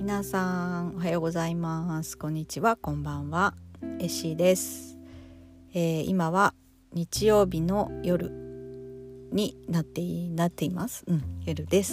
皆さんおはようございます。こんにちは、こんばんは。エシです。今は日曜日の夜になっています。夜です。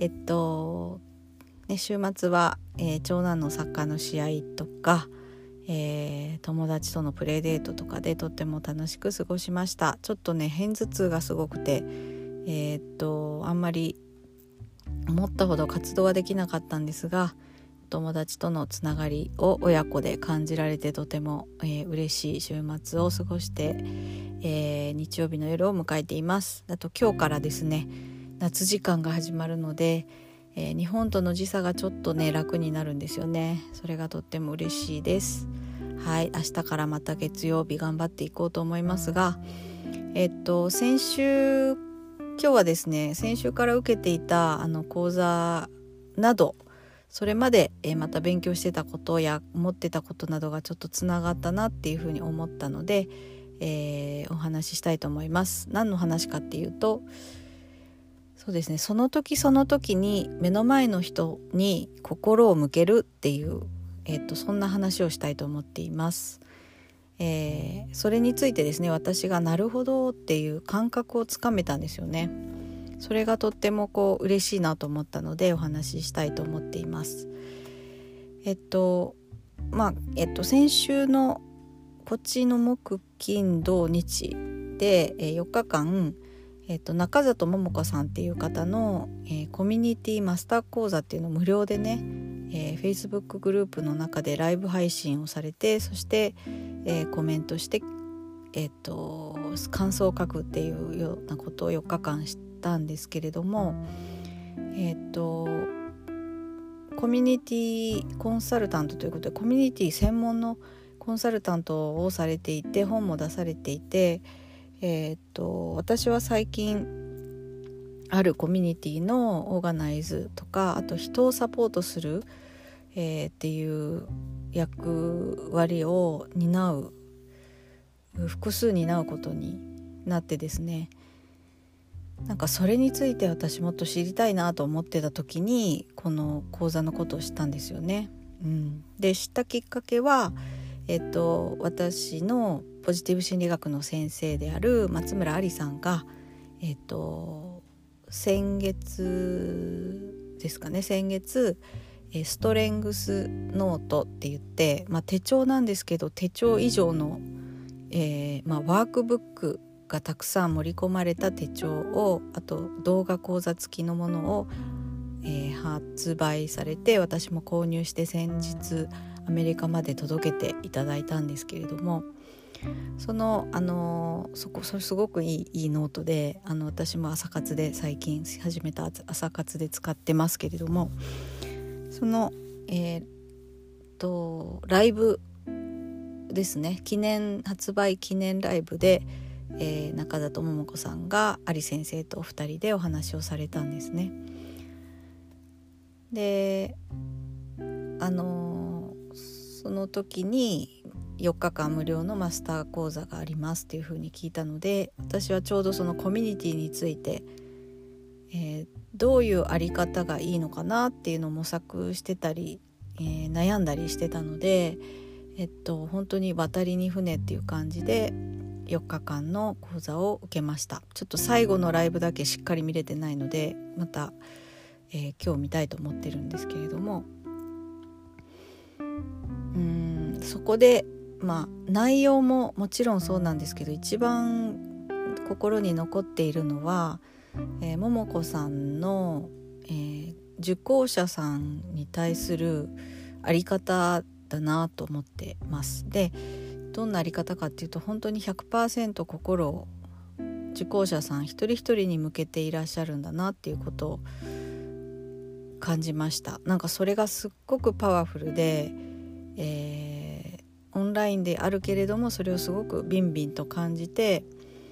週末は、長男のサッカーの試合とか、友達とのプレイデートとかでとっても楽しく過ごしました。ちょっとね、片頭痛がすごくて、あんまり思ったほど活動はできなかったんですが、友達とのつながりを親子で感じられてとても、嬉しい週末を過ごして、日曜日の夜を迎えています。あと今日からですね、夏時間が始まるので、日本との時差がちょっとね楽になるんですよね。それがとっても嬉しいです。はい、明日からまた月曜日頑張っていこうと思いますが、今日はですね、先週から受けていた講座など、それまで、また勉強してたことや思ってたことなどがちょっとつながったなっていうふうに思ったので、お話ししたいと思います。何の話かっていうと、そうですね、その時その時に目の前の人に心を向けるっていう、そんな話をしたいと思っています。それについてですね、私がなるほどっていう感覚をつかめたんですよね。それがとっても嬉しいなと思ったのでお話ししたいと思っています。先週のこっちの木金土日で、4日間、中里桃子さんっていう方の、コミュニティマスター講座っていうのを無料でね、Facebook グループの中でライブ配信をされて、そして、コメントして、感想を書くっていうようなことを4日間したんですけれども、コミュニティコンサルタントということで、コミュニティ専門のコンサルタントをされていて、本も出されていて、私は最近あるコミュニティのオーガナイズとか、あと人をサポートする、っていう役割を複数担うことになってですね、なんかそれについて私もっと知りたいなと思ってた時にこの講座のことを知ったんですよね。で、知ったきっかけは、私のポジティブ心理学の先生である松村ありさんが、先月ストレングスノートって言って、手帳なんですけど、手帳以上の、ワークブックがたくさん盛り込まれた手帳を、あと動画講座付きのものを、発売されて、私も購入して先日アメリカまで届けていただいたんですけれども、それすごくいいノートで、私も朝活で最近始めた朝活で使ってますけれども、そのライブですね、発売記念ライブで、中里桃子さんが有先生とお二人でお話をされたんですね。で、その時に4日間無料のマスター講座がありますっていう風に聞いたので、私はちょうどそのコミュニティについて、どういうあり方がいいのかなっていうのを模索してたり、悩んだりしてたので、本当に渡りに船っていう感じで4日間の講座を受けました。ちょっと最後のライブだけしっかり見れてないので、また、今日見たいと思ってるんですけれども、そこで、内容ももちろんそうなんですけど、一番心に残っているのは、桃子さんの、受講者さんに対するあり方だなと思ってます。で、どんなあり方かっていうと、本当に 100% 心を受講者さん一人一人に向けていらっしゃるんだなっていうことを感じました。なんかそれがすっごくパワフルで、オンラインであるけれども、それをすごくビンビンと感じて、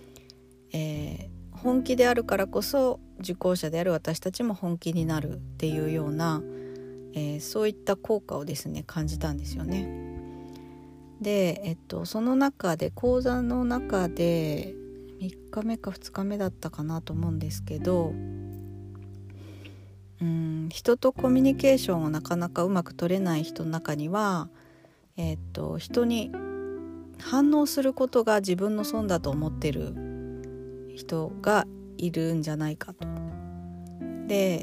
本気であるからこそ受講者である私たちも本気になるっていうような、そういった効果をですね感じたんですよね。で、その中で講座の中で3日目か2日目だったかなと思うんですけど、 人とコミュニケーションをなかなかうまく取れない人の中には、人に反応することが自分の損だと思ってる人がいるんじゃないかと。で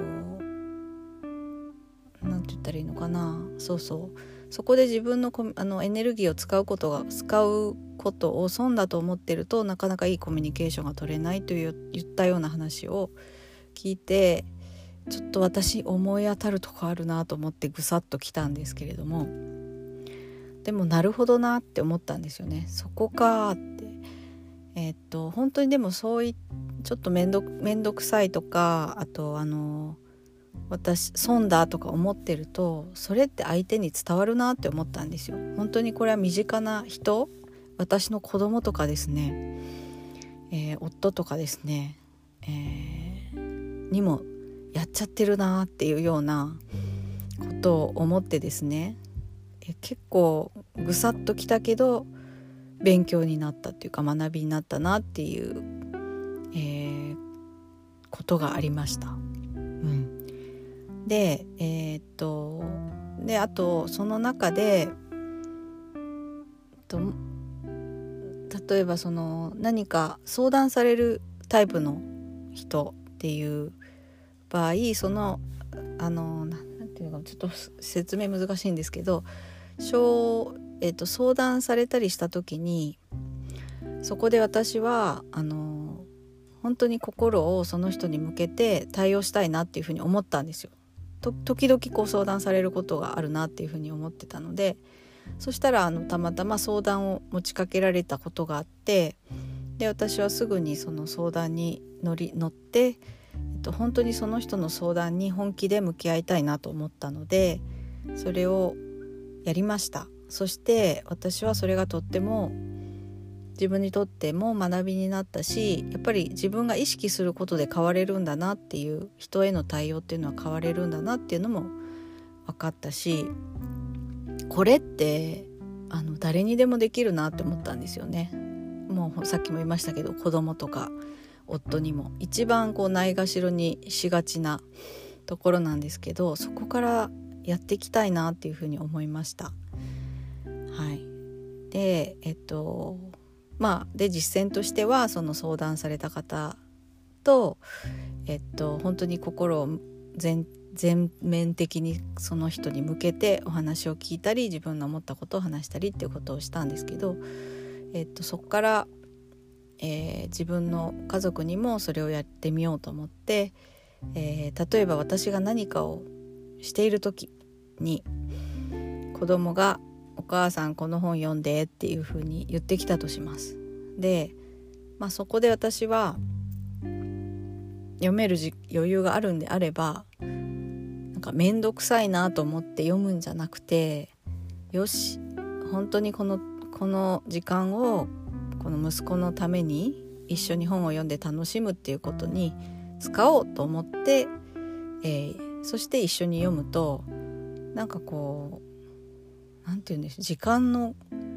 なんて言ったらいいのかな、そこで自分のエネルギーを使うことを損だと思ってると、なかなかいいコミュニケーションが取れないと言ったような話を聞いて、ちょっと私思い当たるとこあるなと思ってぐさっときたんですけれども、でもなるほどなって思ったんですよね。そこかって、本当にでもそういちょっとめんどくさいとか、あと私損だとか思ってると、それって相手に伝わるなって思ったんですよ。本当にこれは身近な人、私の子供とかですね、夫とかですね、にもやっちゃってるなっていうようなことを思ってですね、結構ぐさっときたけど勉強になったっていうか、学びになったなっていう、ことがありました。で、あとその中で、例えば何か相談されるタイプの人っていう場合、なんていうのかちょっと説明難しいんですけど、相談されたりした時に、そこで私は本当に心をその人に向けて対応したいなっていうふうに思ったんですよ。時々相談されることがあるなっていうふうに思ってたので、そしたらたまたま相談を持ちかけられたことがあって、で私はすぐにその相談に乗って、本当にその人の相談に本気で向き合いたいなと思ったので、それをやりました。そして私はそれがとっても自分にとっても学びになったし、やっぱり自分が意識することで変われるんだなっていう、人への対応っていうのは変われるんだなっていうのも分かったし、これって誰にでもできるなって思ったんですよね。もうさっきも言いましたけど、子供とか夫にも一番ないがしろにしがちなところなんですけど、そこからやっていきたいなっていうふうに思いました。はい。でで実践としては、その相談された方と本当に心を全面的にその人に向けてお話を聞いたり、自分の思ったことを話したりっていうことをしたんですけど、そこから、自分の家族にもそれをやってみようと思って、例えば私が何かをしている時に子供がお母さんこの本読んでっていう風に言ってきたとします。で、そこで私は読める余裕があるんであれば、なんかめんどくさいなと思って読むんじゃなくて、よし本当にこの時間をこの息子のために一緒に本を読んで楽しむっていうことに使おうと思って、そして一緒に読むと、なんかなんていうんです、時間の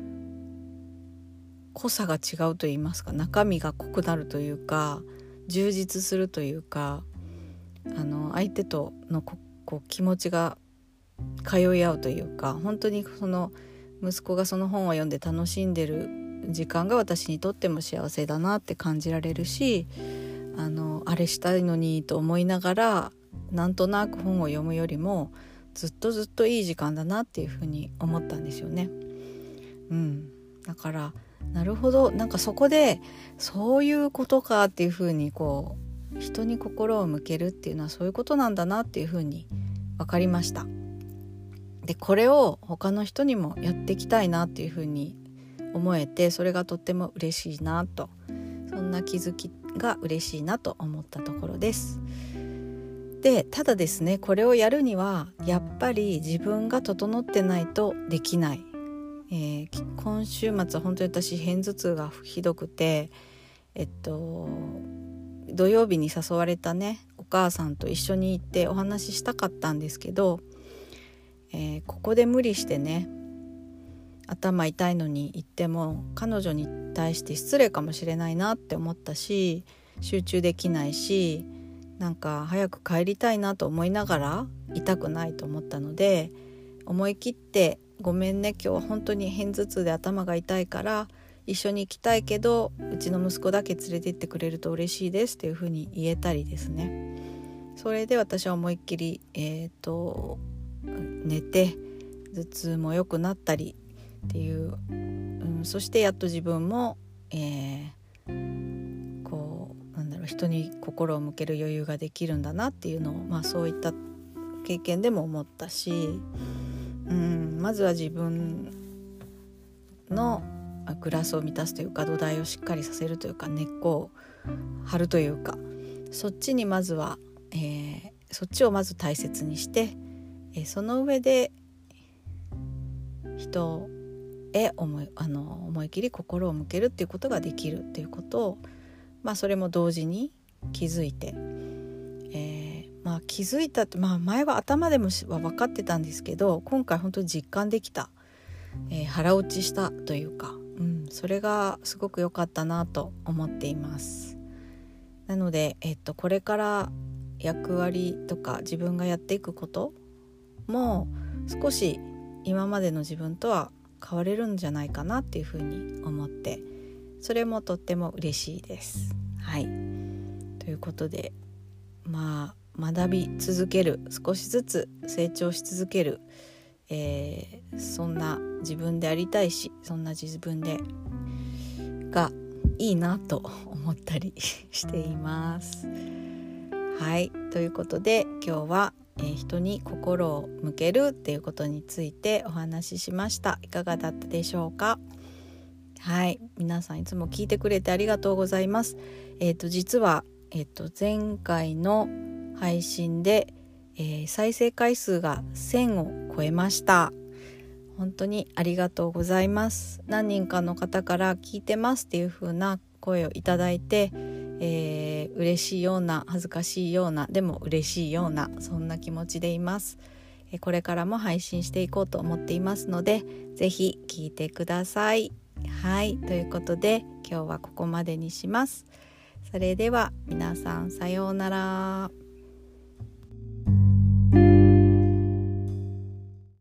濃さが違うと言いますか、中身が濃くなるというか、充実するというか、相手との気持ちが通い合うというか、本当にその息子がその本を読んで楽しんでる時間が私にとっても幸せだなって感じられるし、あれしたいのにと思いながらなんとなく本を読むよりもずっといい時間だなっていうふうに思ったんですよね。だからなるほど、なんかそこでそういうことかっていうふうに人に心を向けるっていうのはそういうことなんだなっていうふうに分かりました。でこれを他の人にもやっていきたいなっていうふうに思えて、それがとっても嬉しいなと、そんな気づきが嬉しいなと思ったところです。でただですね、これをやるにはやっぱり自分が整ってないとできない。今週末は本当に私片頭痛がひどくて、土曜日に誘われたねお母さんと一緒に行ってお話ししたかったんですけど、ここで無理してね頭痛いのに行っても彼女に対して失礼かもしれないなって思ったし、集中できないし、 なんか早く帰りたいなと思いながら痛くないと思ったので、思い切ってごめんね、今日は本当に片頭痛で頭が痛いから一緒に行きたいけどうちの息子だけ連れて行ってくれると嬉しいですっていうふうに言えたりですね。それで私は思いっきり、寝て頭痛も良くなったりっていう、そしてやっと自分も、人に心を向ける余裕ができるんだなっていうのを、そういった経験でも思ったし、まずは自分のグラスを満たすというか、土台をしっかりさせるというか、根っこを張るというか、そっちにまずは、そっちをまず大切にして、その上で人へ思い切り心を向けるっていうことができるっていうことを、それも同時に気づいて、気づいたって、前は頭でもは分かってたんですけど、今回本当に実感できた、腹落ちしたというか、それがすごく良かったなと思っています。なので、これから役割とか自分がやっていくことも少し今までの自分とは変われるんじゃないかなっていうふうに思って、それもとっても嬉しいです。はい、ということで、学び続ける、少しずつ成長し続ける、そんな自分でありたいし、そんな自分がいいなと思ったりしています。はい、ということで今日は、人に心を向けるっていうことについてお話ししました。いかがだったでしょうか。はい、皆さんいつも聞いてくれてありがとうございます。実は、前回の配信で、再生回数が1000を超えました。本当にありがとうございます。何人かの方から聞いてますっていう風な声をいただいて、嬉しいような恥ずかしいような、でも嬉しいような、そんな気持ちでいます。これからも配信していこうと思っていますので、ぜひ聞いてください。はい、ということで今日はここまでにします。それでは皆さんさようなら。